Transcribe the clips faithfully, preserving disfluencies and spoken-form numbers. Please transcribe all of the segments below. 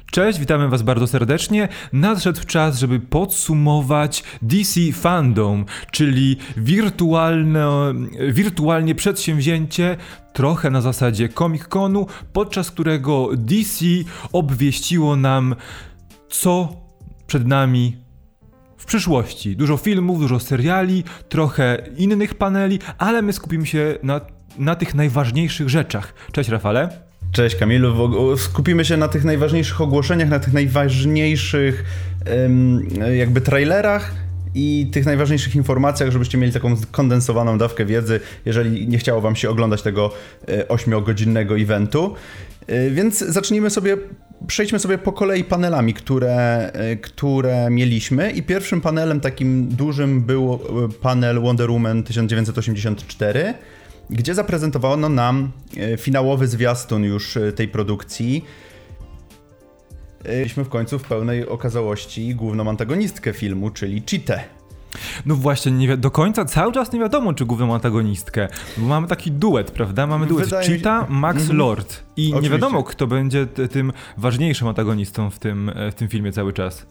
Cześć, witamy was bardzo serdecznie. Nadszedł czas, żeby podsumować D C Fandom, czyli wirtualne, wirtualnie przedsięwzięcie, trochę na zasadzie Comic-Conu, podczas którego D C obwieściło nam, co przed nami w przyszłości. Dużo filmów, dużo seriali, trochę innych paneli, ale my skupimy się na, na tych najważniejszych rzeczach. Cześć Rafale. Cześć Kamilu, skupimy się na tych najważniejszych ogłoszeniach, na tych najważniejszych um, jakby trailerach i tych najważniejszych informacjach, żebyście mieli taką kondensowaną dawkę wiedzy, jeżeli nie chciało wam się oglądać tego ośmiogodzinnego eventu. Więc zacznijmy sobie, przejdźmy sobie po kolei panelami, które, które mieliśmy i pierwszym panelem takim dużym był panel Wonder Woman tysiąc dziewięćset osiemdziesiąt cztery, gdzie zaprezentowano nam finałowy zwiastun już tej produkcji. Mieliśmy w końcu w pełnej okazałości główną antagonistkę filmu, czyli Cheetah. No właśnie, nie wi- do końca cały czas nie wiadomo, czy główną antagonistkę, bo mamy taki duet, prawda? Mamy duet Wydaje Cheetah, się... Max mm-hmm. Lord i Oczywiście. nie wiadomo, kto będzie t- tym ważniejszym antagonistą w tym, w tym filmie cały czas.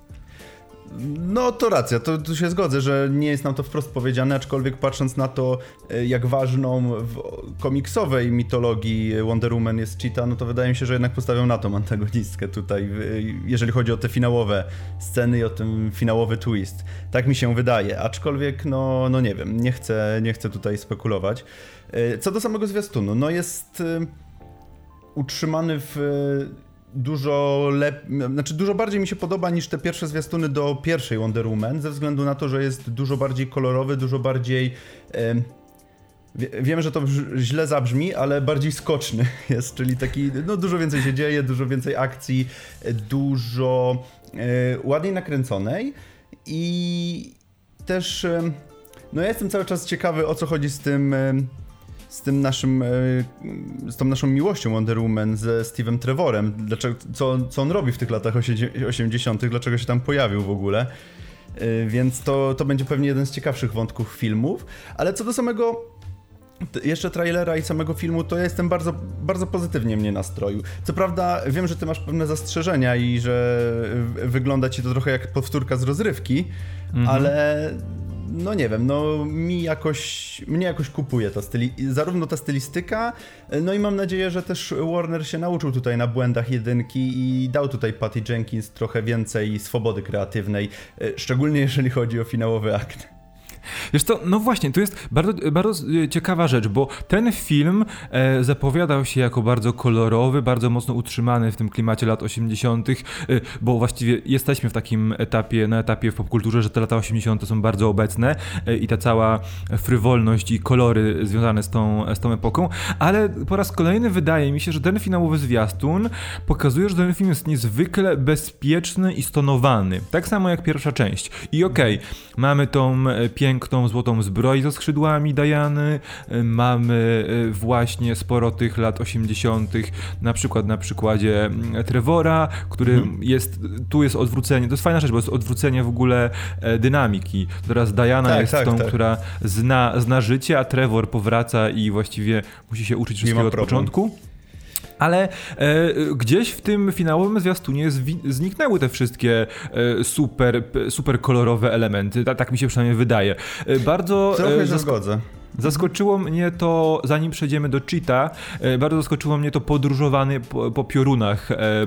No to racja, to, to się zgodzę, że nie jest nam to wprost powiedziane, aczkolwiek patrząc na to, jak ważną w komiksowej mitologii Wonder Woman jest Cheetah, no to wydaje mi się, że jednak postawią na tą antagonistkę tutaj, jeżeli chodzi o te finałowe sceny i o ten finałowy twist. Tak mi się wydaje, aczkolwiek no, no nie wiem, nie chcę, nie chcę tutaj spekulować. Co do samego zwiastunu, no jest utrzymany w dużo lepiej, znaczy dużo bardziej mi się podoba niż te pierwsze zwiastuny do pierwszej Wonder Woman, ze względu na to, że jest dużo bardziej kolorowy, dużo bardziej e, wie, wiem, że to źle zabrzmi, ale bardziej skoczny jest, czyli taki, no dużo więcej się dzieje, dużo więcej akcji, dużo e, ładniej nakręconej i też e, no ja jestem cały czas ciekawy, o co chodzi z tym e, z tym naszym, z tą naszą miłością Wonder Woman ze Steve'em Trevorem, dlaczego, co, co on robi w tych latach osiemdziesiątych, dlaczego się tam pojawił w ogóle, więc to, to będzie pewnie jeden z ciekawszych wątków filmów, ale co do samego jeszcze trailera i samego filmu, to ja jestem bardzo, bardzo pozytywnie mnie nastroił. Co prawda wiem, że ty masz pewne zastrzeżenia i że wygląda ci to trochę jak powtórka z rozrywki, mhm. ale no nie wiem, no mi jakoś, mnie jakoś kupuje ta styli, zarówno ta stylistyka, no i mam nadzieję, że też Warner się nauczył tutaj na błędach jedynki i dał tutaj Patty Jenkins trochę więcej swobody kreatywnej, szczególnie jeżeli chodzi o finałowy akt. Wiesz co, no właśnie, to jest bardzo, bardzo ciekawa rzecz, bo ten film e, zapowiadał się jako bardzo kolorowy, bardzo mocno utrzymany w tym klimacie lat osiemdziesiątych, e, bo właściwie jesteśmy w takim etapie, na etapie w popkulturze, że te lata osiemdziesiąte są bardzo obecne e, i ta cała frywolność i kolory związane z tą, z tą epoką, ale po raz kolejny wydaje mi się, że ten finałowy zwiastun pokazuje, że ten film jest niezwykle bezpieczny i stonowany, tak samo jak pierwsza część. I okej, okay, mamy tą piękną tą złotą zbroję ze skrzydłami Diany, mamy właśnie sporo tych lat osiemdziesiątych, na przykład na przykładzie Trevora, który mhm. jest, tu jest odwrócenie, to jest fajna rzecz, bo jest odwrócenie w ogóle dynamiki. Teraz Diana tak, jest tak, tą, tak. która zna, zna życie, a Trevor powraca i właściwie musi się uczyć wszystkiego od początku. Ale e, gdzieś w tym finałowym zwiastunie zwi- zniknęły te wszystkie e, super, p- super kolorowe elementy, Ta, tak mi się przynajmniej wydaje. E, bardzo Trochę się e, zasko- zgodzę. Zaskoczyło mnie to, zanim przejdziemy do Cheetah, e, bardzo zaskoczyło mnie to podróżowanie po, po piorunach e,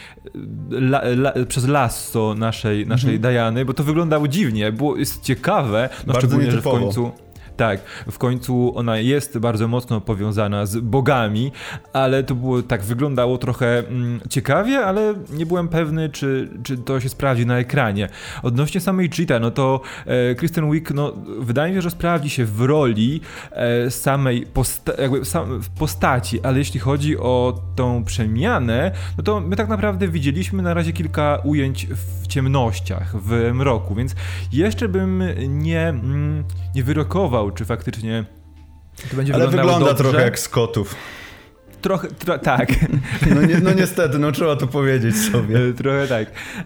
la, la, przez lasso naszej, naszej mhm. Diany, bo to wyglądało dziwnie, było, jest ciekawe, no bardzo szczególnie, nietypowo. że w końcu... Tak, w końcu ona jest bardzo mocno powiązana z bogami, ale to było tak, wyglądało trochę mm, ciekawie, ale nie byłem pewny, czy, czy to się sprawdzi na ekranie. Odnośnie samej Cheetah, no to e, Kristen Wiig, no wydaje mi się, że sprawdzi się w roli e, samej posta- jakby sam, w postaci, ale jeśli chodzi o tą przemianę, no to my tak naprawdę widzieliśmy na razie kilka ujęć w ciemnościach, w mroku, więc jeszcze bym nie, mm, nie wyrokował, czy faktycznie to będzie ale wyglądało wygląda dobrze. Trochę jak z kotów. Trochę, tro, tak. No, nie, no niestety, no trzeba to powiedzieć sobie. Trochę tak.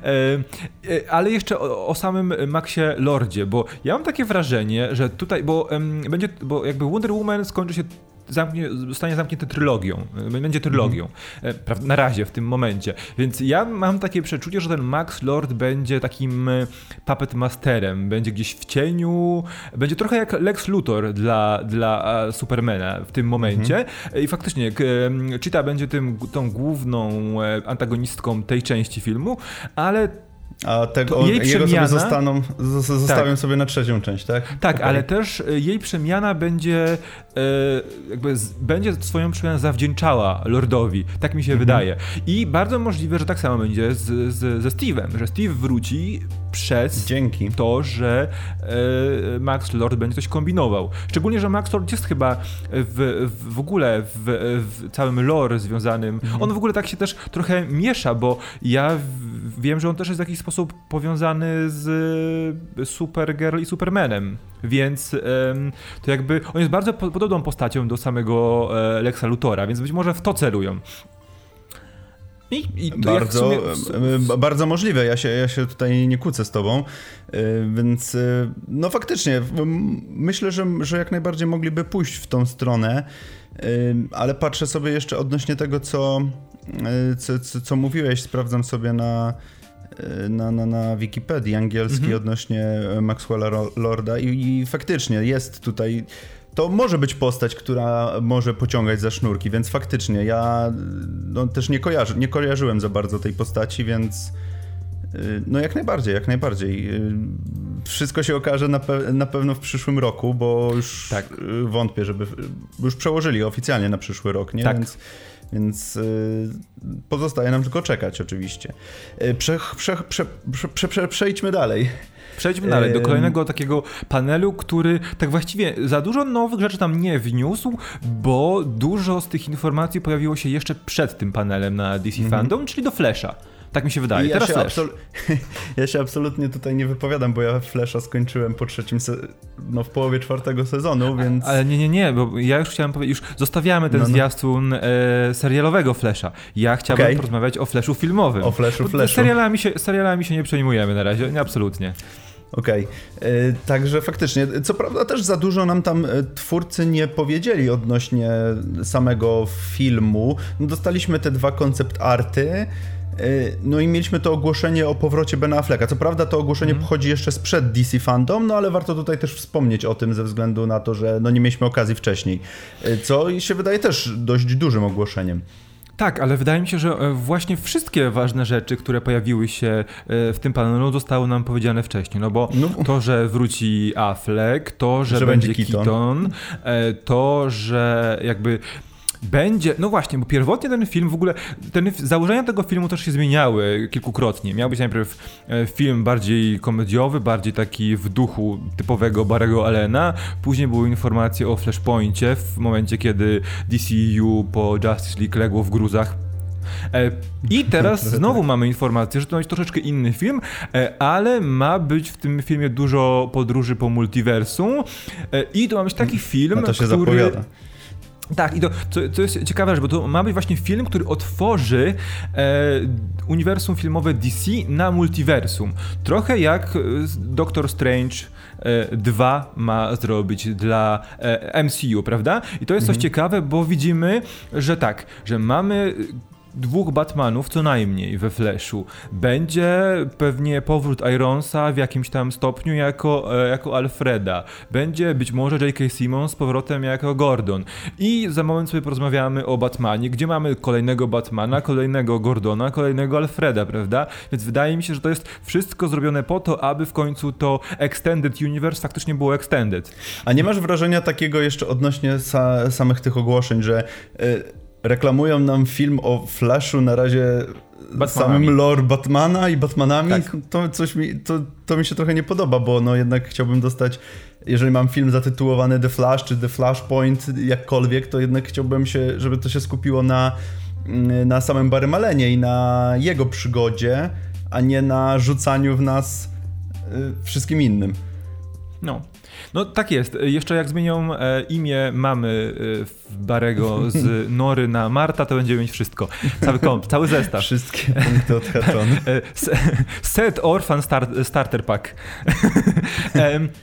E, e, ale jeszcze o, o samym Maxie Lordzie, bo ja mam takie wrażenie, że tutaj, bo, em, będzie, bo jakby Wonder Woman skończy się zamknie, zostanie zamknięty trylogią, będzie trylogią, mm. na razie w tym momencie, więc ja mam takie przeczucie, że ten Max Lord będzie takim puppet masterem, będzie gdzieś w cieniu, będzie trochę jak Lex Luthor dla, dla Supermana w tym momencie mm. i faktycznie Cheetah będzie tym, tą główną antagonistką tej części filmu, ale A tego, jej jego przemiana, sobie zostaną, zostawią tak. sobie na trzecią część, tak? Tak, okay. ale też jej przemiana będzie e, jakby z, będzie swoją przemianę zawdzięczała Lordowi, tak mi się mm-hmm. wydaje. I bardzo możliwe, że tak samo będzie z, z, ze Steve'em, że Steve wróci przez Dzięki. to, że e, Max Lord będzie coś kombinował. Szczególnie, że Max Lord jest chyba w, w, w ogóle w, w całym lore związanym, mm-hmm. on w ogóle tak się też trochę miesza, bo ja w, wiem, że on też jest w jakiś sposób powiązany z Supergirl i Supermanem, więc um, to jakby on jest bardzo po- podobną postacią do samego e, Lexa Luthora, więc być może w to celują. I, i to bardzo, jak w sumie... bardzo możliwe, ja się, ja się tutaj nie kłócę z tobą, więc no faktycznie myślę, że, że jak najbardziej mogliby pójść w tą stronę, ale patrzę sobie jeszcze odnośnie tego, co, co, co, co mówiłeś, sprawdzam sobie na Na, na, na Wikipedii angielskiej mm-hmm. odnośnie Maxwella Lorda i, i faktycznie jest tutaj, to może być postać, która może pociągać za sznurki, więc faktycznie ja no, też nie, kojarzy, nie kojarzyłem za bardzo tej postaci, więc no jak najbardziej, jak najbardziej. Wszystko się okaże na, pe- na pewno w przyszłym roku, bo już tak. wątpię, żeby już przełożyli oficjalnie na przyszły rok, nie? Tak. Więc Więc y, pozostaje nam tylko czekać oczywiście. Prze, prze, prze, prze, prze, przejdźmy dalej. Przejdźmy dalej do kolejnego takiego panelu, który tak właściwie za dużo nowych rzeczy tam nie wniósł, bo dużo z tych informacji pojawiło się jeszcze przed tym panelem na D C mm-hmm. Fandom, czyli do Flasha. Tak mi się wydaje. Ja Teraz się Flash. Absol- ja się absolutnie tutaj nie wypowiadam, bo ja Flasha skończyłem po trzecim, se- no w połowie czwartego sezonu, więc... Ale nie, nie, nie, bo ja już chciałem powiedzieć, już zostawiamy ten no, no. zwiastun e, serialowego Flasha. Ja chciałbym okay. porozmawiać o Flashu filmowym. O Flashu, Flashu. Serialami się, serialami się nie przejmujemy na razie, nie, absolutnie. Okej, okay. Także faktycznie, co prawda też za dużo nam tam twórcy nie powiedzieli odnośnie samego filmu. No, dostaliśmy te dwa koncept arty, no i mieliśmy to ogłoszenie o powrocie Bena Afflecka. Co prawda to ogłoszenie mm. pochodzi jeszcze sprzed D C Fandom, no ale warto tutaj też wspomnieć o tym ze względu na to, że no nie mieliśmy okazji wcześniej, co się wydaje też dość dużym ogłoszeniem. Tak, ale wydaje mi się, że właśnie wszystkie ważne rzeczy, które pojawiły się w tym panelu, zostały nam powiedziane wcześniej, no bo no. to, że wróci Affleck, to, że, że będzie Keaton, Keaton to, że jakby będzie, no właśnie, bo pierwotnie ten film w ogóle, ten, założenia tego filmu też się zmieniały kilkukrotnie. Miał być najpierw film bardziej komediowy, bardziej taki w duchu typowego Barry'ego Allena, później były informacje o Flashpoincie w momencie, kiedy D C U po Justice League legło w gruzach. I teraz znowu mamy informację, że to jest troszeczkę inny film, ale ma być w tym filmie dużo podróży po multiversum i to ma być taki film, no to się który... zapowiada. Tak, i to, to, to jest ciekawe, bo to ma być właśnie film, który otworzy e, uniwersum filmowe D C na multiversum. Trochę jak Doctor Strange e, dwa ma zrobić dla e, M C U, prawda? I to jest mhm. coś ciekawe, bo widzimy, że tak, że mamy dwóch Batmanów co najmniej we Flashu. Będzie pewnie powrót Ironsa w jakimś tam stopniu jako, jako Alfreda. Będzie być może J K. Simmons z powrotem jako Gordon. I za moment sobie porozmawiamy o Batmanie, gdzie mamy kolejnego Batmana, kolejnego Gordona, kolejnego Alfreda, prawda? Więc wydaje mi się, że to jest wszystko zrobione po to, aby w końcu to Extended Universe faktycznie było Extended. A nie masz wrażenia takiego jeszcze odnośnie sa- samych tych ogłoszeń, że y- reklamują nam film o Flashu na razie Batmanami. Samym lore Batmana i Batmanami? Tak. To, coś mi, to, to mi się trochę nie podoba, bo no jednak chciałbym dostać, jeżeli mam film zatytułowany The Flash czy The Flashpoint, jakkolwiek, to jednak chciałbym się, żeby to się skupiło na, na samym Barrym Allenie i na jego przygodzie, a nie na rzucaniu w nas y, wszystkim innym. No. No tak jest. Jeszcze jak zmienią e, imię mamy e, Barego z Nory na Marta, to będziemy mieć wszystko. Cały komp, cały zestaw. Wszystkie punkty odhaczone. Set Orphan start, Starter Pack. e,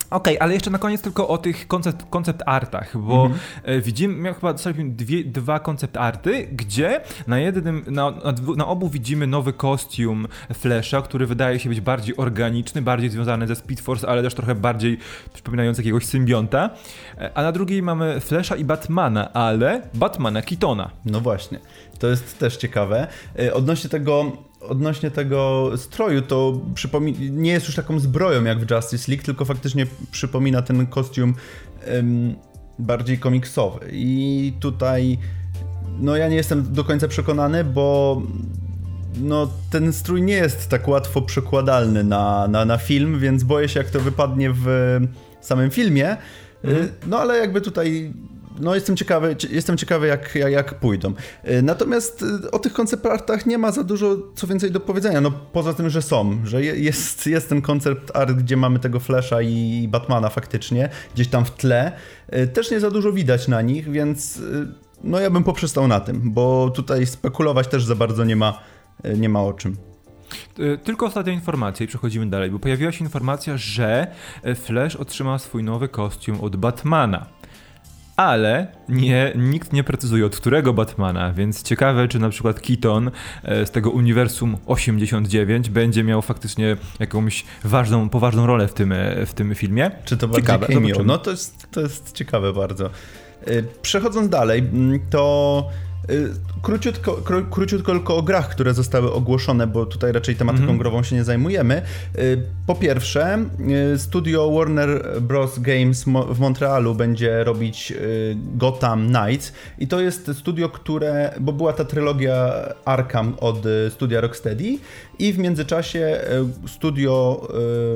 Okej, okay, ale jeszcze na koniec tylko o tych koncept, koncept artach, bo mm-hmm. widzimy, miał chyba dwie, dwa koncept arty, gdzie na jednym, na, na, na obu widzimy nowy kostium Flasha, który wydaje się być bardziej organiczny, bardziej związany ze Speed Force, ale też trochę bardziej przypominający jakiegoś symbionta, a na drugiej mamy Flasha i Batmana, ale Batmana Keatona. No właśnie, to jest też ciekawe. Odnośnie tego Odnośnie tego stroju, to przypomi- nie jest już taką zbroją jak w Justice League, tylko faktycznie przypomina ten kostium um, bardziej komiksowy. I tutaj no ja nie jestem do końca przekonany, bo no, ten strój nie jest tak łatwo przekładalny na, na, na film, więc boję się, jak to wypadnie w samym filmie. Mhm. No ale jakby tutaj no jestem ciekawy, jestem ciekawy jak, jak, jak pójdą. Natomiast o tych koncept artach nie ma za dużo co więcej do powiedzenia, no poza tym, że są, że jest, jest ten koncept art, gdzie mamy tego Flasha i Batmana faktycznie, gdzieś tam w tle. Też nie za dużo widać na nich, więc no ja bym poprzestał na tym, bo tutaj spekulować też za bardzo nie ma, nie ma o czym. Tylko ostatnia informacja i przechodzimy dalej, bo pojawiła się informacja, że Flash otrzyma swój nowy kostium od Batmana. Ale nie, nikt nie precyzuje od którego Batmana, więc ciekawe, czy na przykład Keaton z tego uniwersum osiemdziesiąt dziewięć będzie miał faktycznie jakąś ważną, poważną rolę w tym, w tym filmie. Czy to bardziej ciekawe, cameo? No to jest, to jest ciekawe bardzo. Przechodząc dalej, to króciutko, kró, króciutko tylko o grach, które zostały ogłoszone, bo tutaj raczej tematyką mm-hmm. grową się nie zajmujemy. Po pierwsze, studio Warner Bros. Games w Montrealu będzie robić Gotham Knights i to jest studio, które, bo była ta trylogia Arkham od studia Rocksteady i w międzyczasie studio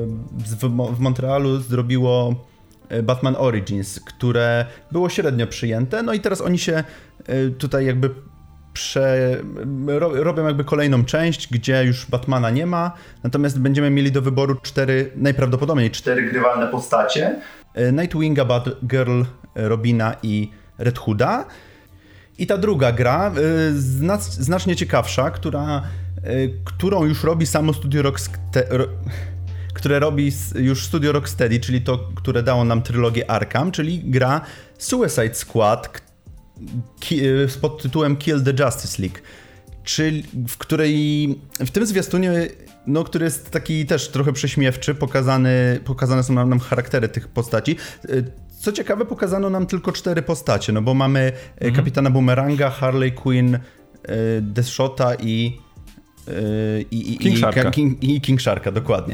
w Montrealu zrobiło Batman Origins, które było średnio przyjęte, no i teraz oni się tutaj jakby prze... robią jakby kolejną część, gdzie już Batmana nie ma, natomiast będziemy mieli do wyboru cztery, najprawdopodobniej cztery grywalne postacie. Nightwinga, Batgirl, Robina i Red Hooda. I ta druga gra, znacznie ciekawsza, która, którą już robi samo studio Rocksteady, które robi już studio Rocksteady, czyli to, które dało nam trylogię Arkham, czyli gra Suicide Squad z pod tytułem Kill the Justice League, czyli w której, w tym zwiastunie, no, który jest taki też trochę prześmiewczy, pokazany, pokazane są nam, nam charaktery tych postaci. Co ciekawe, pokazano nam tylko cztery postacie, no bo mamy mhm. Kapitana Boomeranga, Harley Quinn, Deathshota i i, i, King Sharka. i, King, i King Sharka, dokładnie.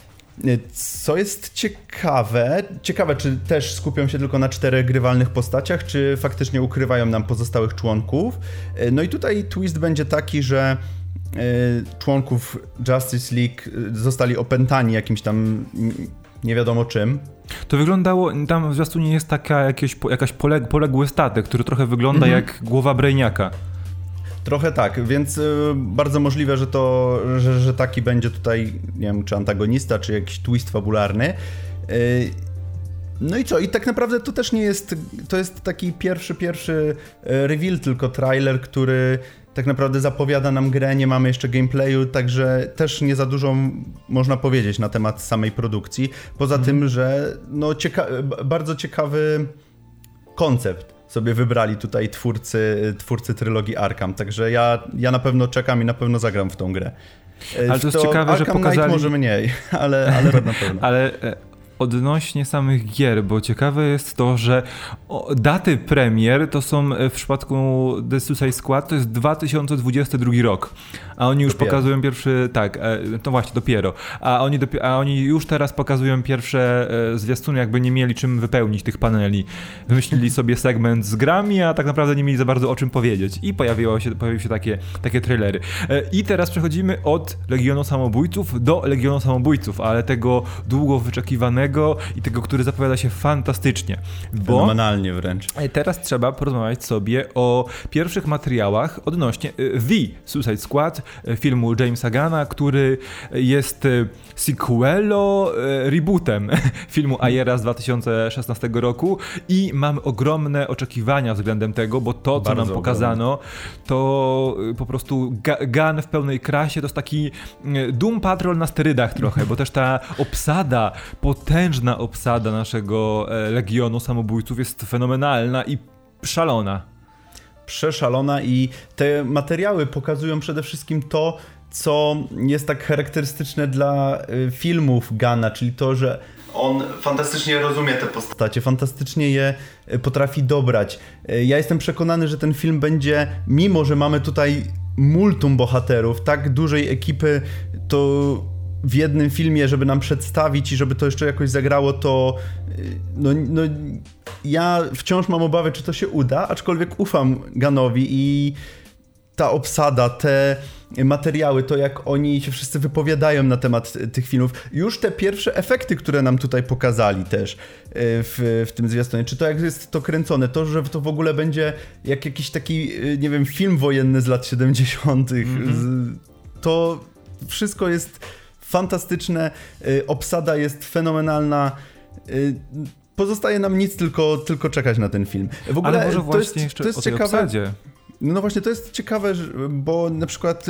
Co jest ciekawe, ciekawe, czy też skupią się tylko na czterech grywalnych postaciach, czy faktycznie ukrywają nam pozostałych członków. No i tutaj twist będzie taki, że członków Justice League zostali opętani jakimś tam nie wiadomo czym. To wyglądało, tam w zwiastunie jest taka jakieś, jakaś poleg, poległy statek, który trochę wygląda mhm. jak głowa Brainiaka. Trochę tak, więc y, bardzo możliwe, że to, że, że taki będzie tutaj, nie wiem, czy antagonista, czy jakiś twist fabularny. Y, no i co? I tak naprawdę to też nie jest, to jest taki pierwszy, pierwszy reveal, tylko trailer, który tak naprawdę zapowiada nam grę, nie mamy jeszcze gameplayu, także też nie za dużo można powiedzieć na temat samej produkcji. Poza mm. tym, że no cieka- bardzo ciekawy koncept sobie wybrali tutaj twórcy, twórcy trylogii Arkham, także ja, ja na pewno czekam i na pewno zagram w tą grę. Ale to jest ciekawe, Arkham że pokazali... Knight może mniej, ale, ale na pewno. ale odnośnie samych gier, bo ciekawe jest to, że daty premier to są w przypadku The Suicide Squad to jest dwa tysiące dwudziesty drugi rok, a oni już dopiero. pokazują pierwszy, tak, to właśnie dopiero, a oni, dopiero, a oni już teraz pokazują pierwsze zwiastuny, jakby nie mieli czym wypełnić tych paneli. Wymyślili sobie segment z grami, a tak naprawdę nie mieli za bardzo o czym powiedzieć i pojawiło się, pojawiły się takie, takie trailery. I teraz przechodzimy od Legionu Samobójców do Legionu Samobójców, ale tego długo wyczekiwanego i tego, który zapowiada się fantastycznie. Bo fenomenalnie wręcz. Teraz trzeba porozmawiać sobie o pierwszych materiałach odnośnie The Suicide Squad filmu Jamesa Gunna, który jest sequelo, rebootem filmu Ayera z dwa tysiące szesnastego roku i mamy ogromne oczekiwania względem tego, bo to, co Bardzo nam pokazano, to po prostu Gunn w pełnej krasie, to jest taki Doom Patrol na sterydach trochę, bo też ta obsada, potężna obsada naszego Legionu Samobójców jest fenomenalna i szalona. Przeszalona i te materiały pokazują przede wszystkim to, co jest tak charakterystyczne dla filmów Gunna, czyli to, że on fantastycznie rozumie te postacie, fantastycznie je potrafi dobrać. Ja jestem przekonany, że ten film będzie, mimo że mamy tutaj multum bohaterów, tak dużej ekipy, to w jednym filmie, żeby nam przedstawić i żeby to jeszcze jakoś zagrało, to no, no ja wciąż mam obawy, czy to się uda, aczkolwiek ufam Gunnowi i ta obsada, te materiały, to jak oni się wszyscy wypowiadają na temat tych filmów, już te pierwsze efekty, które nam tutaj pokazali też w, w tym zwiastunie, czy to jak jest to kręcone, to, że to w ogóle będzie jak jakiś taki, nie wiem, film wojenny z lat siedemdziesiątych. Mm-hmm. To wszystko jest fantastyczne, obsada jest fenomenalna. Pozostaje nam nic, tylko, tylko czekać na ten film. W ogóle ale może to właśnie jest, jeszcze to jest o tej ciekawe. obsadzie. No właśnie, to jest ciekawe, bo na przykład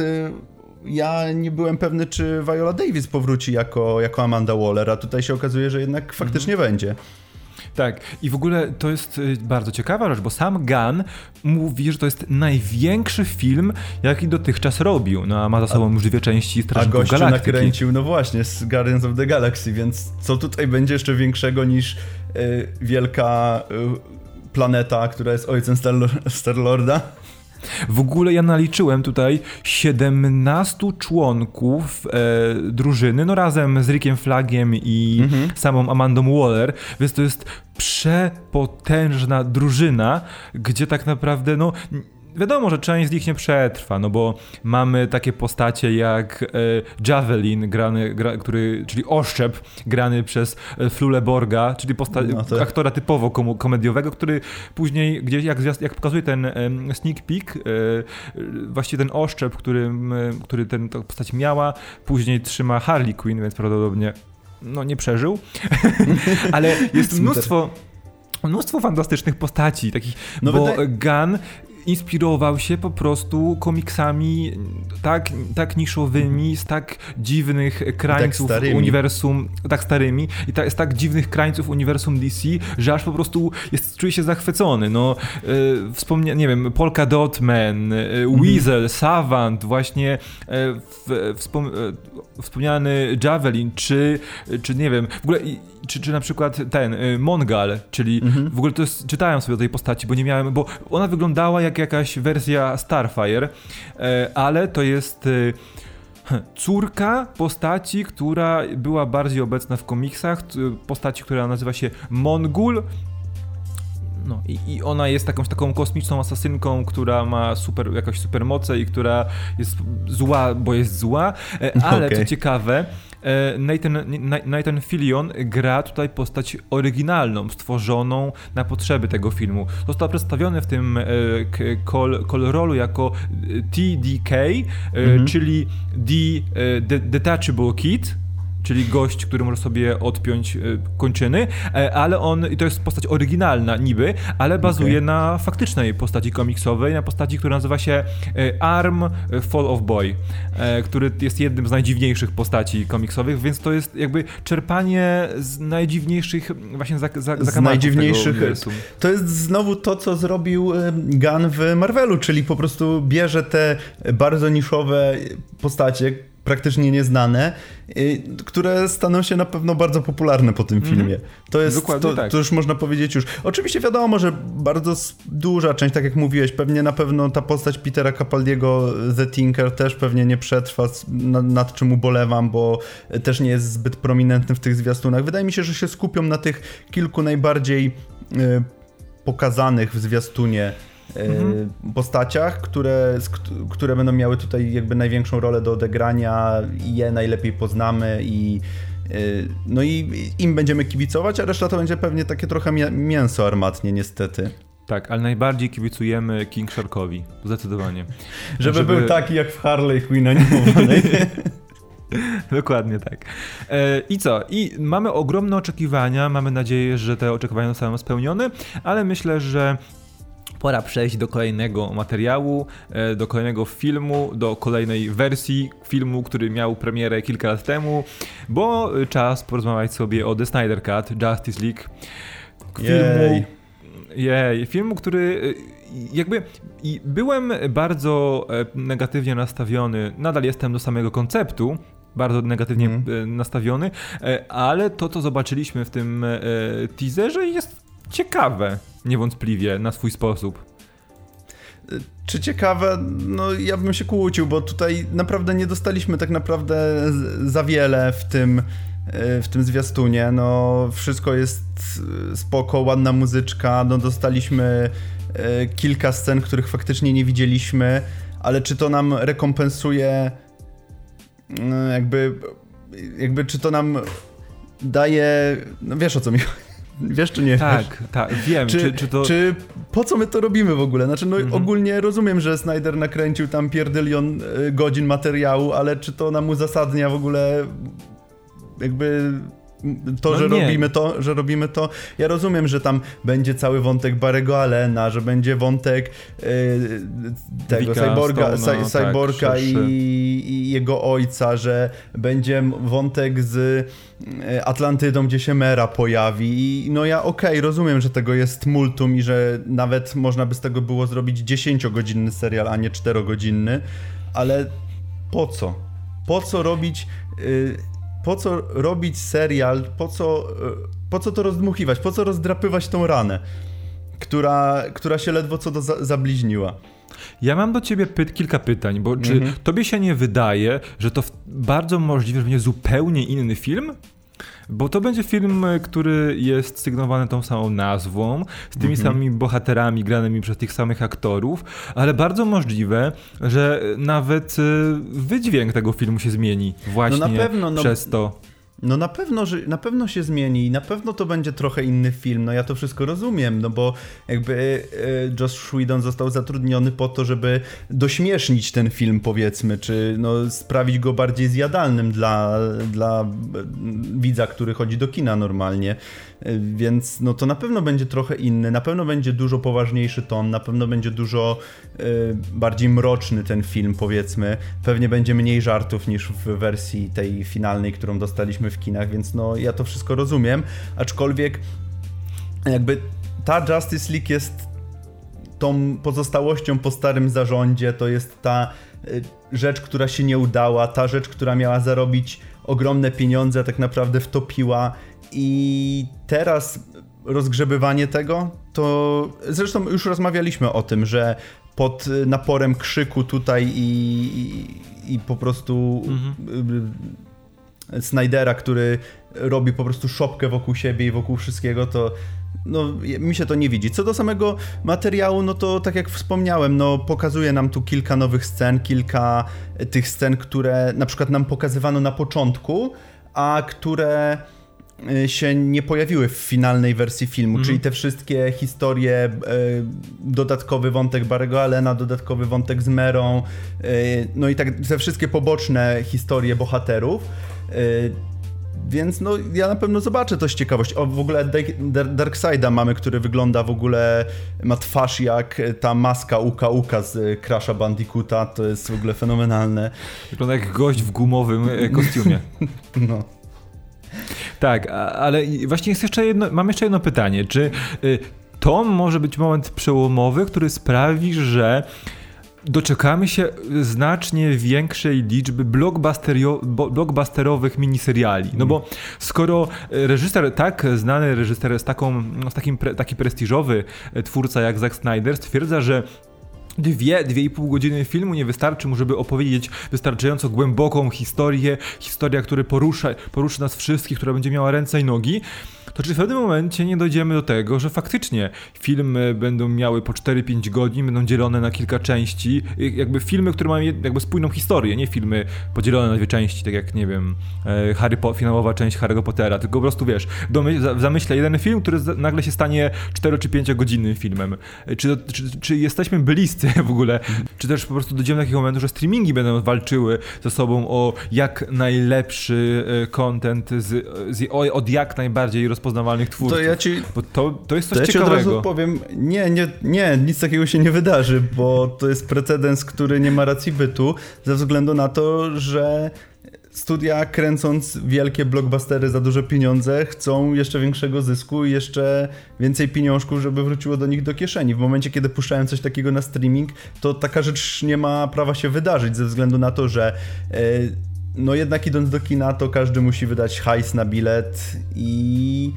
ja nie byłem pewny, czy Viola Davis powróci jako, jako Amanda Waller, a tutaj się okazuje, że jednak faktycznie mm. będzie. Tak, i w ogóle to jest bardzo ciekawa rzecz, bo sam Gunn mówi, że to jest największy film, jaki dotychczas robił. No a ma za sobą już dwie części Strażników Galaktyki. A gościu nakręcił, no właśnie, z Guardians of the Galaxy, więc co tutaj będzie jeszcze większego niż y, wielka y, planeta, która jest ojcem Star-Lorda? W ogóle ja naliczyłem tutaj siedemnastu członków e, drużyny, no razem z Rickiem Flagiem i mhm. samą Amandą Waller, więc to jest przepotężna drużyna, gdzie tak naprawdę, no wiadomo, że część z nich nie przetrwa, no bo mamy takie postacie jak e, Javelin, grany, gra, który, czyli Oszczep, grany przez e, Fluleborga, czyli posta- no to... aktora typowo kom- komediowego, który później gdzieś, jak, jak pokazuje ten e, sneak peek, e, właściwie ten Oszczep, który, e, który ten ta postać miała, później trzyma Harley Quinn, więc prawdopodobnie no nie przeżył, ale jest mnóstwo mnóstwo fantastycznych postaci, takich, no bo wydaje... Gunn inspirował się po prostu komiksami tak, tak niszowymi, z tak dziwnych krańców tak uniwersum, tak starymi i tak, z tak dziwnych krańców uniwersum D C, że aż po prostu jest, czuje się zachwycony. No, e, wspomnia, nie wiem, Polka Dot Man, e, Weasel, mm-hmm. Savant, właśnie e, w, wspom, e, wspomniany Javelin, czy, czy nie wiem, w ogóle czy, czy na przykład ten, e, Mongal, czyli mm-hmm. w ogóle to jest, czytałem sobie o tej postaci, bo nie miałem, bo ona wyglądała jak jakaś wersja Starfire, ale to jest córka postaci, która była bardziej obecna w komiksach, postaci, która nazywa się Mongul. No i, i ona jest jakąś taką kosmiczną asasynką, która ma super, jakąś supermoce i która jest zła, bo jest zła, ale okay. co ciekawe, Nathan, Nathan Fillion gra tutaj postać oryginalną, stworzoną na potrzeby tego filmu. Został przedstawiony w tym call, call rollu jako T D K, mhm. czyli The Detachable Kid, czyli gość, który może sobie odpiąć y, kończyny, e, ale on, i to jest postać oryginalna niby, ale bazuje okay. na faktycznej postaci komiksowej, na postaci, która nazywa się y, Arm Fall of Boy, e, który jest jednym z najdziwniejszych postaci komiksowych, więc to jest jakby czerpanie z najdziwniejszych właśnie za, za, z najdziwniejszych. To jest znowu to, co zrobił Gunn w Marvelu, czyli po prostu bierze te bardzo niszowe postacie, praktycznie nieznane, które staną się na pewno bardzo popularne po tym filmie. To jest, to, tak. to już można powiedzieć już. Oczywiście wiadomo, że bardzo duża część, tak jak mówiłeś, pewnie na pewno ta postać Petera Capaldiego, The Tinker, też pewnie nie przetrwa, nad, nad czym ubolewam, bo też nie jest zbyt prominentny w tych zwiastunach. Wydaje mi się, że się skupią na tych kilku najbardziej y, pokazanych w zwiastunie Mhm. postaciach, które, które będą miały tutaj jakby największą rolę do odegrania i je najlepiej poznamy i no i im będziemy kibicować, a reszta to będzie pewnie takie trochę mięso armatnie niestety. Tak, ale najbardziej kibicujemy King Sharkowi, zdecydowanie. Żeby, Żeby był taki jak w Harley Quinn animowanej. Dokładnie tak. E, I co? I mamy ogromne oczekiwania, mamy nadzieję, że te oczekiwania zostaną spełnione, ale myślę, że pora przejść do kolejnego materiału, do kolejnego filmu, do kolejnej wersji filmu, który miał premierę kilka lat temu, bo czas porozmawiać sobie o The Snyder Cut, Justice League. Filmu, jej, filmu, który jakby i byłem bardzo negatywnie nastawiony, nadal jestem do samego konceptu, bardzo negatywnie mm. nastawiony, ale to, co zobaczyliśmy w tym teaserze jest ciekawe, niewątpliwie, na swój sposób. Czy ciekawe? No ja bym się kłócił, bo tutaj naprawdę nie dostaliśmy tak naprawdę za wiele w tym, w tym zwiastunie. No wszystko jest spoko, ładna muzyczka, no dostaliśmy kilka scen, których faktycznie nie widzieliśmy, ale czy to nam rekompensuje jakby, jakby czy to nam daje, no wiesz o co mi chodzi. Wiesz czy nie tak, wiesz? Tak, tak, wiem. Czy, czy, czy, to... czy po co my to robimy w ogóle? Znaczy, no mhm. ogólnie rozumiem, że Snyder nakręcił tam pierdylion godzin materiału, ale czy to nam uzasadnia w ogóle jakby to, no że nie. robimy to, że robimy to? Ja rozumiem, że tam będzie cały wątek Barry'ego Allena, że będzie wątek yy, tego Vika, Cyborga, Stone'a, cy, Cyborga tak, i, i jego ojca, że będzie wątek z Atlantydą, gdzie się Mera pojawi. I no ja okej, okay, rozumiem, że tego jest multum i że nawet można by z tego było zrobić dziesięciogodzinny serial, a nie czterogodzinny, ale po co? Po co robić... Yy, Po co robić serial, po co, po co to rozdmuchiwać, po co rozdrapywać tą ranę, która, która się ledwo co do za, zabliźniła. Ja mam do ciebie py- kilka pytań, bo czy mhm. tobie się nie wydaje, że to w- bardzo możliwe, że będzie zupełnie inny film? Bo to będzie film, który jest sygnowany tą samą nazwą, z tymi mm-hmm. samymi bohaterami granymi przez tych samych aktorów, ale bardzo możliwe, że nawet wydźwięk tego filmu się zmieni właśnie no na pewno, no, przez to. No na pewno, że na pewno się zmieni i na pewno to będzie trochę inny film, no ja to wszystko rozumiem, no bo jakby Joss Whedon został zatrudniony po to, żeby dośmiesznić ten film, powiedzmy, czy no sprawić go bardziej zjadalnym dla, dla widza, który chodzi do kina normalnie, więc no to na pewno będzie trochę inny, na pewno będzie dużo poważniejszy ton, na pewno będzie dużo y, bardziej mroczny ten film, powiedzmy, pewnie będzie mniej żartów niż w wersji tej finalnej, którą dostaliśmy w kinach, więc no ja to wszystko rozumiem, aczkolwiek jakby ta Justice League jest tą pozostałością po starym zarządzie, to jest ta y, rzecz, która się nie udała, ta rzecz, która miała zarobić ogromne pieniądze, tak naprawdę wtopiła i teraz rozgrzebywanie tego, to zresztą już rozmawialiśmy o tym, że pod naporem krzyku tutaj i, i, i po prostu mhm. Snydera, który robi po prostu szopkę wokół siebie i wokół wszystkiego, to no, mi się to nie widzi. Co do samego materiału, no to tak jak wspomniałem, no pokazuje nam tu kilka nowych scen, kilka tych scen, które na przykład nam pokazywano na początku, a które się nie pojawiły w finalnej wersji filmu, mm. czyli te wszystkie historie, y, dodatkowy wątek Barry'ego Allena, dodatkowy wątek z Merą, y, no i tak te wszystkie poboczne historie bohaterów. Y, Więc no ja na pewno zobaczę to z ciekawością. O, w ogóle Darkseida mamy, który wygląda w ogóle, ma twarz jak ta maska Uka Uka z Crash'a Bandicoota, to jest w ogóle fenomenalne. Wygląda jak gość w gumowym kostiumie. No. Tak, ale właśnie jest jeszcze jedno, mam jeszcze jedno pytanie. Czy to może być moment przełomowy, który sprawi, że doczekamy się znacznie większej liczby blockbusterowych miniseriali. No bo skoro reżyser, tak znany reżyser z taką, z takim pre, taki prestiżowy twórca jak Zack Snyder stwierdza, że Dwie, dwie i pół godziny filmu nie wystarczy mu, żeby opowiedzieć wystarczająco głęboką historię, historia, która porusza, poruszy nas wszystkich, która będzie miała ręce i nogi, to czy w pewnym momencie nie dojdziemy do tego, że faktycznie filmy będą miały po cztery pięć godzin, będą dzielone na kilka części, jakby filmy, które mają jakby spójną historię, nie filmy podzielone na dwie części, tak jak, nie wiem, Harry po- finałowa część Harry'ego Pottera, tylko po prostu, wiesz, domy- w zamyśle jeden film, który nagle się stanie cztero czy pięciogodzinnym filmem. Czy, czy, czy jesteśmy bliscy w ogóle, czy też po prostu dojdziemy do takiego momentu, że streamingi będą walczyły ze sobą o jak najlepszy content z, z, od jak najbardziej rozpoznawalnych twórców. To ja ci, bo to, to jest coś to ja ciekawego. ci od razu powiem, nie, nie, nie, nic takiego się nie wydarzy, bo to jest precedens, który nie ma racji bytu, ze względu na to, że studia, kręcąc wielkie blockbustery za duże pieniądze, chcą jeszcze większego zysku i jeszcze więcej pieniążków, żeby wróciło do nich do kieszeni. W momencie, kiedy puszczają coś takiego na streaming, to taka rzecz nie ma prawa się wydarzyć, ze względu na to, że yy, no jednak idąc do kina, to każdy musi wydać hajs na bilet i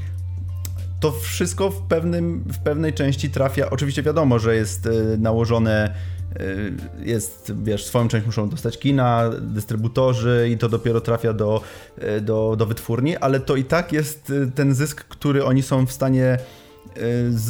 to wszystko w, pewnym, w pewnej części trafia. Oczywiście wiadomo, że jest yy, nałożone, yy, jest, wiesz, swoją część muszą dostać kina, dystrybutorzy i to dopiero trafia do, yy, do, do wytwórni, ale to i tak jest yy, ten zysk, który oni są w stanie z,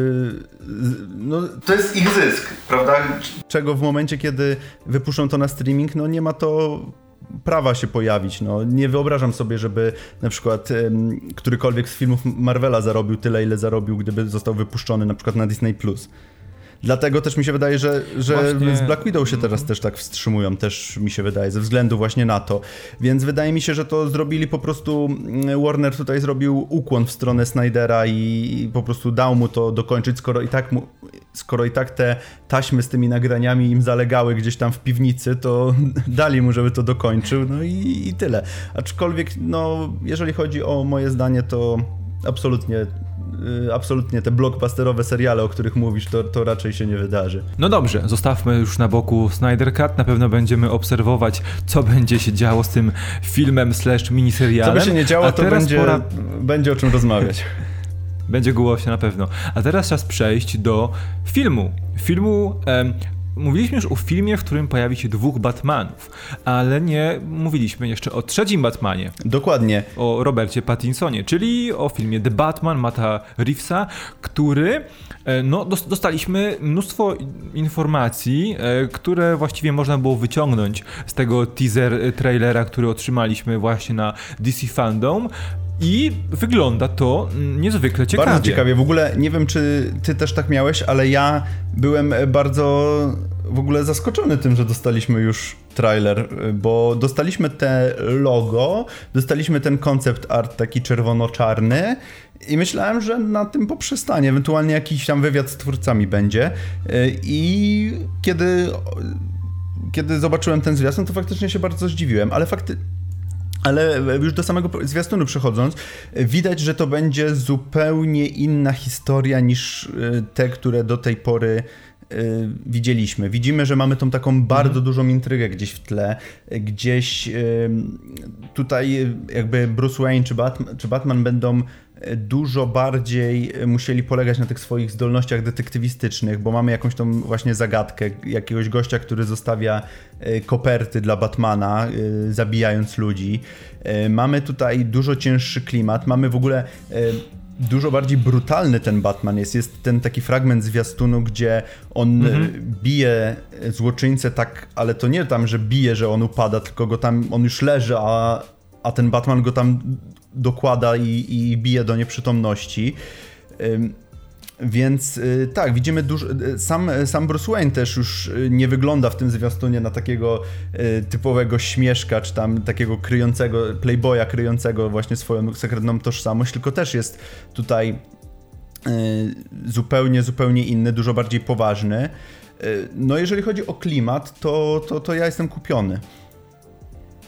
z, no, to jest ich zysk, prawda? Czego w momencie, kiedy wypuszczą to na streaming, no nie ma to prawa się pojawić. No, nie wyobrażam sobie, żeby na przykład um, którykolwiek z filmów Marvela zarobił tyle, ile zarobił, gdyby został wypuszczony na przykład na Disney plus. Dlatego też mi się wydaje, że, że właśnie z Black Widow się teraz też tak wstrzymują, też mi się wydaje, ze względu właśnie na to. Więc wydaje mi się, że to zrobili po prostu, Warner tutaj zrobił ukłon w stronę Snydera i po prostu dał mu to dokończyć, skoro i tak, mu, skoro i tak te taśmy z tymi nagraniami im zalegały gdzieś tam w piwnicy, to dali mu, żeby to dokończył, no i, i tyle. Aczkolwiek, no, jeżeli chodzi o moje zdanie, to absolutnie absolutnie te blockbusterowe seriale, o których mówisz, to, to raczej się nie wydarzy. No dobrze, zostawmy już na boku Snyder Cut, na pewno będziemy obserwować, co będzie się działo z tym filmem slash miniserialem. Co by się nie działo, to będzie, pora... będzie o czym rozmawiać. Będzie głośno na pewno. A teraz czas przejść do filmu. Filmu... Em, Mówiliśmy już o filmie, w którym pojawi się dwóch Batmanów, ale nie mówiliśmy jeszcze o trzecim Batmanie. Dokładnie. O Robercie Pattinsonie, czyli o filmie The Batman Matta Reevesa, który, no, dostaliśmy mnóstwo informacji, które właściwie można było wyciągnąć z tego teaser trailera, który otrzymaliśmy właśnie na D C Fandom. I wygląda to niezwykle ciekawie. Bardzo ciekawie. W ogóle nie wiem, czy ty też tak miałeś, ale ja byłem bardzo w ogóle zaskoczony tym, że dostaliśmy już trailer, bo dostaliśmy te logo, dostaliśmy ten concept art taki czerwono-czarny i myślałem, że na tym poprzestanie, ewentualnie jakiś tam wywiad z twórcami będzie. I kiedy, kiedy zobaczyłem ten zwiastun, to faktycznie się bardzo zdziwiłem, ale fakty... Ale już do samego zwiastunu przechodząc, widać, że to będzie zupełnie inna historia niż te, które do tej pory widzieliśmy. Widzimy, że mamy tą taką bardzo mhm. dużą intrygę gdzieś w tle, gdzieś tutaj jakby Bruce Wayne czy Batman, czy Batman będą dużo bardziej musieli polegać na tych swoich zdolnościach detektywistycznych, bo mamy jakąś tą właśnie zagadkę, jakiegoś gościa, który zostawia koperty dla Batmana, zabijając ludzi. Mamy tutaj dużo cięższy klimat, mamy w ogóle dużo bardziej brutalny ten Batman jest. Jest ten taki fragment zwiastunu, gdzie on mhm. bije złoczyńcę tak, ale to nie tam, że bije, że on upada, tylko go tam, on już leży, a, a ten Batman go tam dokłada i, i bije do nieprzytomności. Ym, więc yy, tak, widzimy dużo... Sam, sam Bruce Wayne też już nie wygląda w tym zwiastunie na takiego yy, typowego śmieszka, czy tam takiego kryjącego, playboya kryjącego właśnie swoją sekretną tożsamość, tylko też jest tutaj yy, zupełnie, zupełnie inny, dużo bardziej poważny. Yy, no jeżeli chodzi o klimat, to, to, to ja jestem kupiony.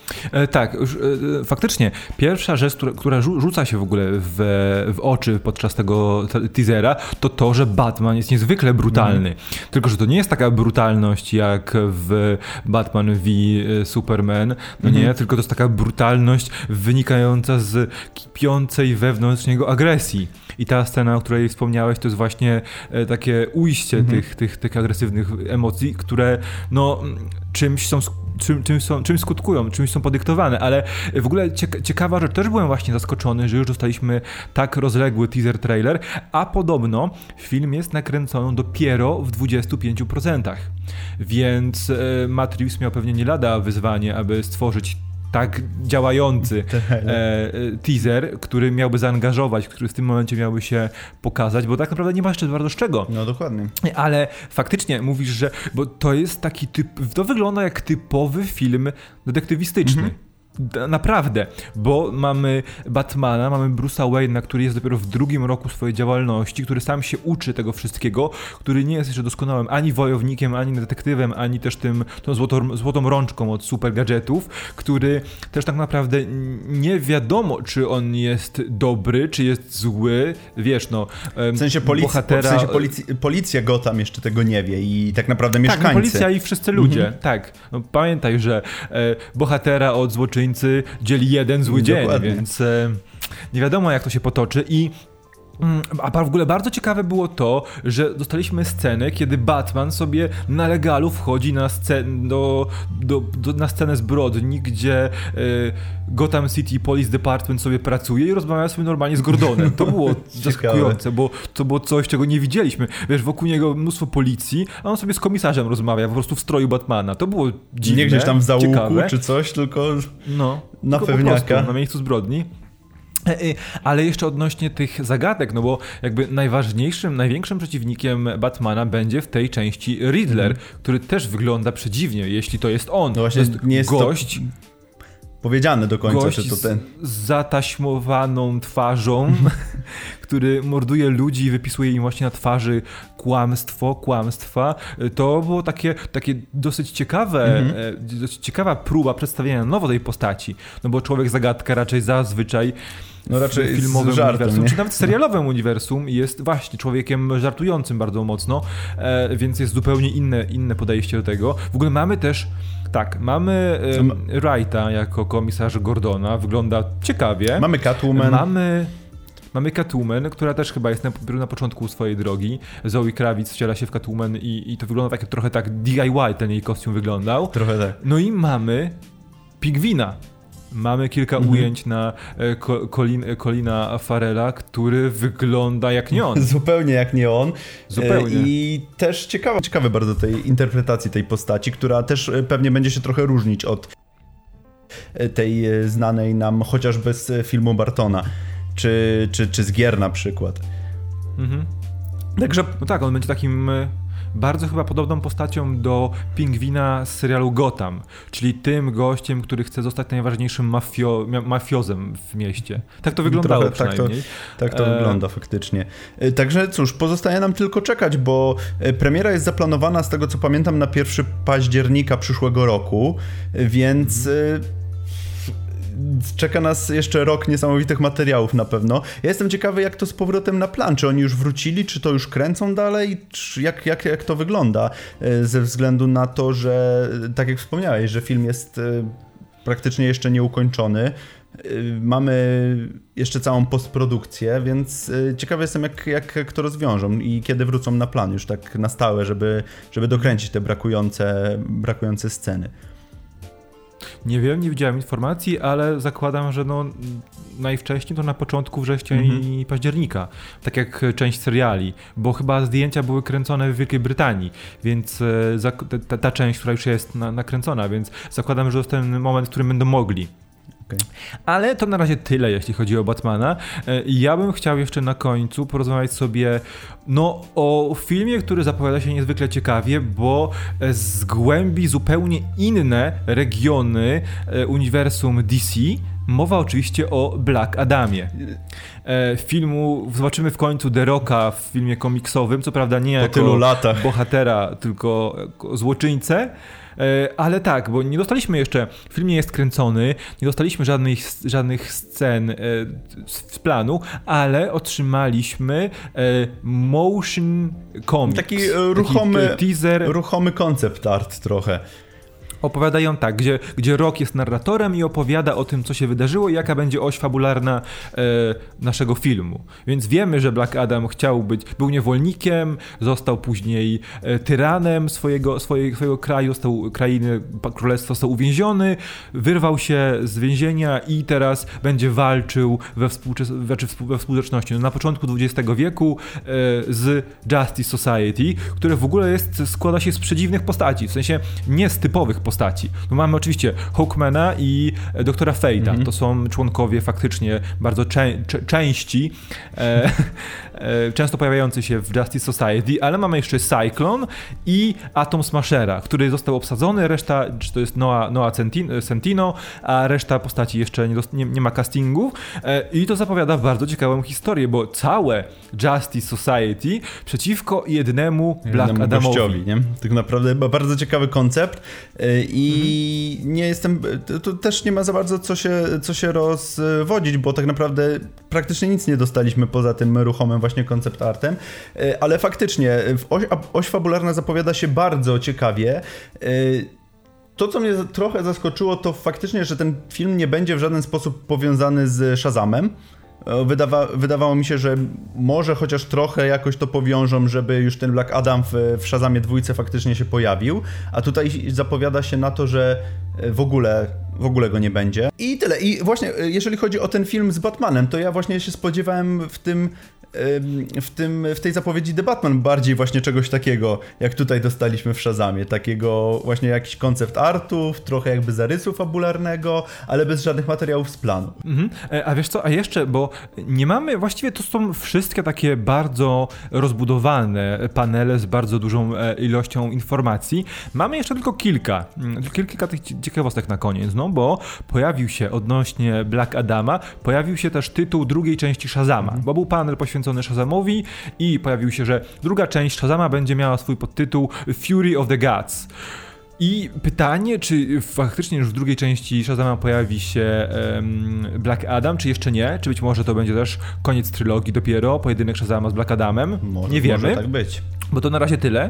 E, tak, już, e, faktycznie. Pierwsza rzecz, która, która rzu- rzuca się w ogóle w, w oczy podczas tego te- teasera, to to, że Batman jest niezwykle brutalny. Mm. Tylko, że to nie jest taka brutalność jak w Batman v Superman, no mm. nie, tylko to jest taka brutalność wynikająca z kipiącej wewnątrz niego agresji. I ta scena, o której wspomniałeś, to jest właśnie e, takie ujście mm. tych, tych, tych agresywnych emocji, które no czymś są Czym, czym, są, czym skutkują, czymś są podyktowane, ale w ogóle cieka- ciekawa rzecz, też byłem właśnie zaskoczony, że już dostaliśmy tak rozległy teaser trailer, a podobno film jest nakręcony dopiero w dwudziestu pięciu procentach, więc e, Matt Reeves miał pewnie nie lada wyzwanie, aby stworzyć tak działający e, teaser, który miałby zaangażować, który w tym momencie miałby się pokazać, bo tak naprawdę nie ma jeszcze bardzo z czego. No dokładnie. Ale faktycznie mówisz, że bo to jest taki typ, to wygląda jak typowy film detektywistyczny. Mhm. Naprawdę, bo mamy Batmana, mamy Bruce'a Wayne'a, który jest dopiero w drugim roku swojej działalności, który sam się uczy tego wszystkiego, który nie jest jeszcze doskonałym ani wojownikiem, ani detektywem, ani też tym tą złotą, złotą rączką od super gadżetów, który też tak naprawdę nie wiadomo, czy on jest dobry, czy jest zły, wiesz, no... W sensie, polic- bohatera... w sensie polic- policja Gotham jeszcze tego nie wie i tak naprawdę mieszkańcy. Tak, no policja i wszyscy ludzie, mhm. tak. No, pamiętaj, że e, bohatera od złoczyńcy dzieli jeden zły dzień, więc e, nie wiadomo jak to się potoczy i a w ogóle bardzo ciekawe było to, że dostaliśmy scenę, kiedy Batman sobie na legalu wchodzi na, scen- do, do, do, na scenę zbrodni, gdzie e, Gotham City Police Department sobie pracuje i rozmawia sobie normalnie z Gordonem. To było zaskakujące, bo to było coś, czego nie widzieliśmy. Wiesz, wokół niego mnóstwo policji, a on sobie z komisarzem rozmawia, po prostu w stroju Batmana. To było dziwne, nie gdzieś tam w zaułku ciekawe. czy coś, tylko no, na tylko pewniaka. po prostu na miejscu zbrodni. Ale jeszcze odnośnie tych zagadek, no bo jakby najważniejszym, największym przeciwnikiem Batmana będzie w tej części Riddler, mm. który też wygląda przedziwnie, jeśli to jest on. No właśnie, to jest nie jest gość... To powiedziane do końca, gość że to ten... z zataśmowaną twarzą, który morduje ludzi i wypisuje im właśnie na twarzy kłamstwo, kłamstwa. To było takie, takie dosyć ciekawe, mm-hmm. dosyć ciekawa próba przedstawienia na nowo tej postaci, no bo człowiek zagadka raczej zazwyczaj no raczej w filmowym żartem, uniwersum, nie? czy nawet serialowym uniwersum jest właśnie człowiekiem żartującym bardzo mocno, e, więc jest zupełnie inne, inne podejście do tego. W ogóle mamy też, tak, mamy e, Wrighta jako komisarz Gordona, wygląda ciekawie. Mamy Catwoman. Mamy... Mamy Catwoman, która też chyba jest na, na początku swojej drogi. Zoe Kravitz wciela się w Catwoman i, i to wygląda tak, trochę tak D I Y ten jej kostium wyglądał. Trochę tak. No i mamy Pingwina. Mamy kilka mhm. ujęć na e, Colin, Colina Farrella, który wygląda jak nie on. Zupełnie jak nie on. Zupełnie. I też ciekawe, ciekawe bardzo tej interpretacji tej postaci, która też pewnie będzie się trochę różnić od tej znanej nam chociażby z filmu Bartona. Czy, czy, czy z gier na przykład. Mhm. Także... No tak, on będzie takim bardzo chyba podobną postacią do Pingwina z serialu Gotham, czyli tym gościem, który chce zostać najważniejszym mafio, mafiozem w mieście. Tak to wyglądało Trochę, przynajmniej. Tak to, tak to e... wygląda faktycznie. Także cóż, pozostaje nam tylko czekać, bo premiera jest zaplanowana, z tego co pamiętam, na pierwszego października przyszłego roku, więc... Mhm. Czeka nas jeszcze rok niesamowitych materiałów na pewno. Ja jestem ciekawy, jak to z powrotem na plan. Czy oni już wrócili, czy to już kręcą dalej? Czy jak, jak, jak to wygląda? Ze względu na to, że tak jak wspomniałeś, że film jest praktycznie jeszcze nieukończony. Mamy jeszcze całą postprodukcję, więc ciekawy jestem, jak, jak, jak to rozwiążą i kiedy wrócą na plan już tak na stałe, żeby, żeby dokręcić te brakujące, brakujące sceny. Nie wiem, nie widziałem informacji, ale zakładam, że no najwcześniej to na początku września mm-hmm. i października, tak jak część seriali, bo chyba zdjęcia były kręcone w Wielkiej Brytanii, więc ta, ta część, która już jest na, nakręcona, więc zakładam, że to jest ten moment, w którym będą mogli. Okay. Ale to na razie tyle, jeśli chodzi o Batmana. Ja bym chciał jeszcze na końcu porozmawiać sobie no, o filmie, który zapowiada się niezwykle ciekawie, bo zgłębi zupełnie inne regiony uniwersum D C. Mowa oczywiście o Black Adamie. Filmu zobaczymy w końcu The Rocka w filmie komiksowym, co prawda nie jako tylu latach. bohatera, tylko jako złoczyńcę. Ale tak, bo nie dostaliśmy jeszcze, film nie jest kręcony, nie dostaliśmy żadnych, żadnych scen z planu, ale otrzymaliśmy motion comics. Taki ruchomy, taki teaser. ruchomy concept art trochę. Opowiadają tak, gdzie, gdzie Rock jest narratorem i opowiada o tym, co się wydarzyło i jaka będzie oś fabularna e, naszego filmu. Więc wiemy, że Black Adam chciał być, był niewolnikiem, został później e, tyranem swojego, swojego, swojego kraju, został krainy, królestwa, został uwięziony, wyrwał się z więzienia i teraz będzie walczył we, współczes- znaczy we współczesności. No, na początku dwudziestego wieku e, z Justice Society, które w ogóle jest, składa się z przedziwnych postaci, w sensie nie z typowych postaci. No mamy oczywiście Hawkmana i doktora Fate'a. Mm-hmm. To są członkowie faktycznie bardzo czę- czę- części, e, e, często pojawiający się w Justice Society, ale mamy jeszcze Cyclone i Atom Smashera, który został obsadzony, reszta, to jest Noah, Noah Centino, a reszta postaci jeszcze nie, dost- nie, nie ma castingów e, i to zapowiada bardzo ciekawą historię, bo całe Justice Society przeciwko jednemu Black jednemu Adamowi. Gościowi, nie? Tak naprawdę bardzo ciekawy koncept. I mhm. nie jestem, to też nie ma za bardzo co się, co się rozwodzić, bo tak naprawdę praktycznie nic nie dostaliśmy poza tym ruchomym właśnie koncept artem, ale faktycznie oś, oś fabularna zapowiada się bardzo ciekawie. To, co mnie trochę zaskoczyło, to faktycznie, że ten film nie będzie w żaden sposób powiązany z Shazamem. Wydawa, wydawało mi się, że może chociaż trochę jakoś to powiążą, żeby już ten Black Adam w, w Shazamie dwójce faktycznie się pojawił, a tutaj zapowiada się na to, że w ogóle, w ogóle go nie będzie. I tyle. I właśnie jeżeli chodzi o ten film z Batmanem, to ja właśnie się spodziewałem w tym w, tym, w tej zapowiedzi The Batman bardziej właśnie czegoś takiego, jak tutaj dostaliśmy w Shazamie, takiego właśnie jakiś koncept artów, trochę jakby zarysu fabularnego, ale bez żadnych materiałów z planu. Mhm. A wiesz co, a jeszcze, bo nie mamy, właściwie to są wszystkie takie bardzo rozbudowane panele z bardzo dużą ilością informacji. Mamy jeszcze tylko kilka, kilka tych ciekawostek na koniec, no bo pojawił się odnośnie Black Adama, pojawił się też tytuł drugiej części Shazama, mhm. bo był panel poświęcony Shazamowi i pojawił się, że druga część Shazama będzie miała swój podtytuł Fury of the Gods. I pytanie, czy faktycznie już w drugiej części Shazama pojawi się um, Black Adam, czy jeszcze nie? Czy być może to będzie też koniec trylogii dopiero, pojedynek Shazama z Black Adamem? Może, nie wiemy. Może tak być. Bo to na razie tyle.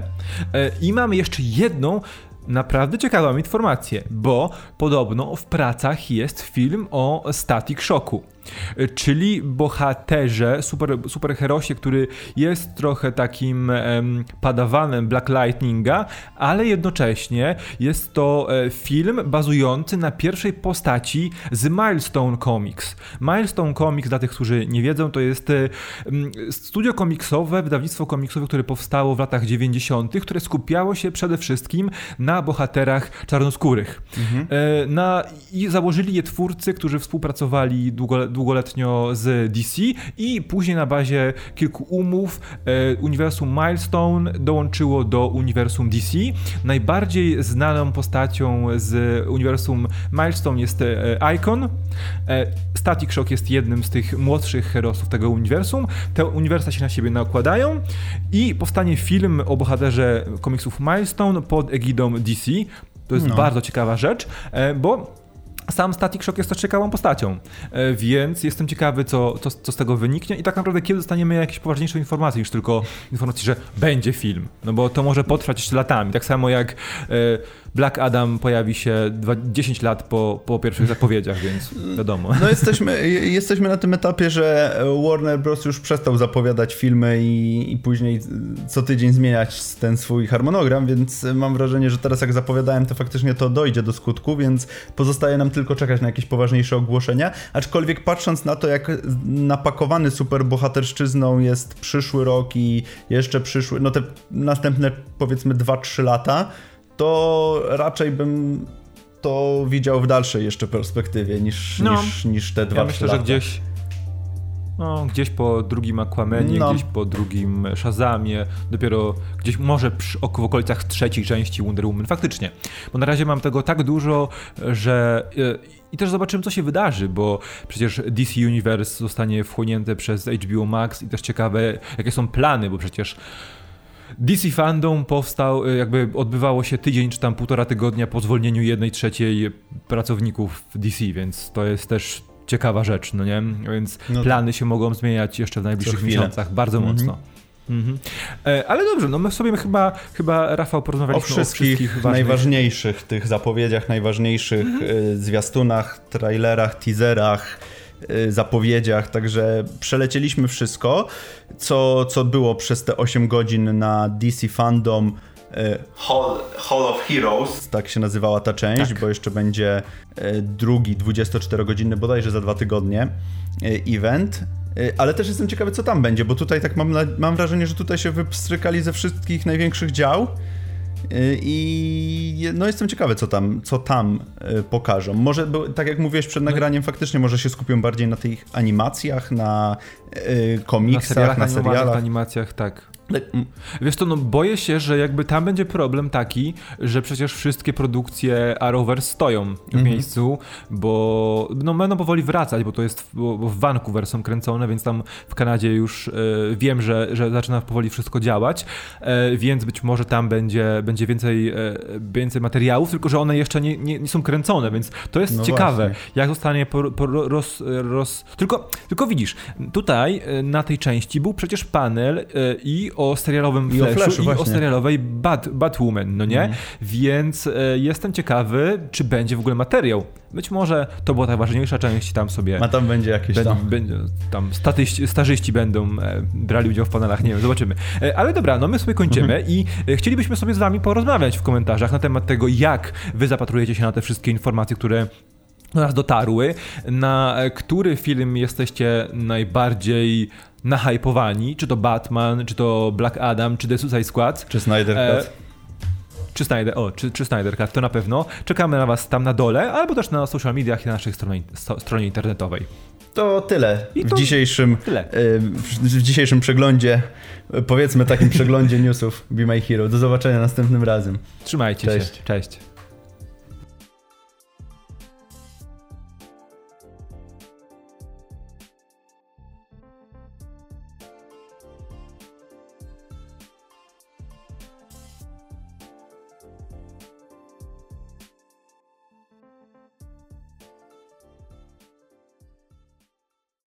I mamy jeszcze jedną naprawdę ciekawą informację, bo podobno w pracach jest film o Static Shocku. Czyli bohaterze, super, superherosie, który jest trochę takim em, padawanem Black Lightninga, ale jednocześnie jest to e, film bazujący na pierwszej postaci z Milestone Comics. Milestone Comics, dla tych, którzy nie wiedzą, to jest e, studio komiksowe, wydawnictwo komiksowe, które powstało w latach dziewięćdziesiątych, które skupiało się przede wszystkim na bohaterach czarnoskórych. Mhm. E, na, I założyli je twórcy, którzy współpracowali długo długoletnio z D C i później na bazie kilku umów e, uniwersum Milestone dołączyło do uniwersum D C. Najbardziej znaną postacią z uniwersum Milestone jest e, Icon. E, Static Shock jest jednym z tych młodszych herosów tego uniwersum. Te uniwersa się na siebie nakładają i powstanie film o bohaterze komiksów Milestone pod egidą D C. To jest no. bardzo ciekawa rzecz, e, bo sam Static Shock jest też ciekawą postacią, więc jestem ciekawy, co, co, co z tego wyniknie i tak naprawdę kiedy dostaniemy jakieś poważniejsze informacje niż tylko informacje, że będzie film, no bo to może potrwać jeszcze latami, tak samo jak Black Adam pojawi się dziesięć lat po, po pierwszych zapowiedziach, więc wiadomo. No jesteśmy, jesteśmy na tym etapie, że Warner Bros. Już przestał zapowiadać filmy i, i później co tydzień zmieniać ten swój harmonogram, więc mam wrażenie, że teraz jak zapowiadałem, to faktycznie to dojdzie do skutku, więc pozostaje nam tylko czekać na jakieś poważniejsze ogłoszenia, aczkolwiek patrząc na to, jak napakowany superbohaterszczyzną jest przyszły rok i jeszcze przyszły, no te następne powiedzmy dwa trzy lata, to raczej bym to widział w dalszej jeszcze perspektywie niż, no, niż, niż te dwa trzy ja myślę, lata. że gdzieś No, gdzieś po drugim Aquamanie, no. gdzieś po drugim Shazamie, dopiero gdzieś może przy, w okolicach trzeciej części Wonder Woman. Faktycznie, bo na razie mam tego tak dużo, że... I też zobaczymy, co się wydarzy, bo przecież D C Universe zostanie wchłonięte przez H B O Max i też ciekawe, jakie są plany, bo przecież D C Fandom powstał, jakby odbywało się tydzień czy tam półtora tygodnia po zwolnieniu jednej trzeciej pracowników D C, więc to jest też ciekawa rzecz, no nie? Więc no plany się mogą zmieniać jeszcze w najbliższych miesiącach bardzo mm-hmm. mocno. Mm-hmm. E, ale dobrze, no my sobie chyba, chyba Rafał, porozmawialiśmy o wszystkich, o wszystkich najważniejszych tych zapowiedziach, najważniejszych mm-hmm. y, zwiastunach, trailerach, teaserach, y, zapowiedziach, także przelecieliśmy wszystko, co, co było przez te osiem godzin na D C Fandom. Hall, Hall of Heroes, tak się nazywała ta część, tak. Bo jeszcze będzie drugi dwudziestoczterogodzinny, bodajże za dwa tygodnie, event. Ale też jestem ciekawy, co tam będzie, bo tutaj tak mam, mam wrażenie, że tutaj się wypstrykali ze wszystkich największych dział i no jestem ciekawy, co tam, co tam pokażą. Może, bo, tak jak mówiłeś przed nagraniem, faktycznie może się skupią bardziej na tych animacjach, na komiksach, na serialach. Na serialach, animacjach, tak. Wiesz to, no boję się, że jakby tam będzie problem taki, że przecież wszystkie produkcje Arrowverse stoją w mm-hmm. miejscu, bo no będą powoli wracać, bo to jest, bo, bo w Vancouver są kręcone, więc tam w Kanadzie już e, wiem, że, że zaczyna powoli wszystko działać, e, więc być może tam będzie, będzie więcej, e, więcej materiałów, tylko że one jeszcze nie, nie, nie są kręcone, więc to jest no ciekawe, właśnie. Jak zostanie po, po roz, roz... Tylko, tylko widzisz, tutaj na tej części był przecież panel e, i o serialowym I Flashu o Flashu, i właśnie. o serialowej Bat, Batwoman, no nie? Mm. Więc e, jestem ciekawy, czy będzie w ogóle materiał. Być może to była ta ważniejsza część, tam sobie... A tam będzie jakieś będą, tam... Będzie, tam statyści, stażyści będą e, brali udział w panelach, nie wiem, zobaczymy. E, ale dobra, no my sobie kończymy mm-hmm. i e, chcielibyśmy sobie z wami porozmawiać w komentarzach na temat tego, jak wy zapatrujecie się na te wszystkie informacje, które do nas dotarły, na który film jesteście najbardziej nahypowani, czy to Batman, czy to Black Adam, czy The Suicide Squad. Czy Snyder Cut. E, czy Snyder, o, czy, czy Snyder Cut, to na pewno. Czekamy na was tam na dole, albo też na social mediach i na naszej stronie, stronie internetowej. To tyle I w to dzisiejszym tyle. W, w dzisiejszym przeglądzie, powiedzmy takim przeglądzie newsów Be My Hero. Do zobaczenia następnym razem. Trzymajcie Cześć. się. Cześć.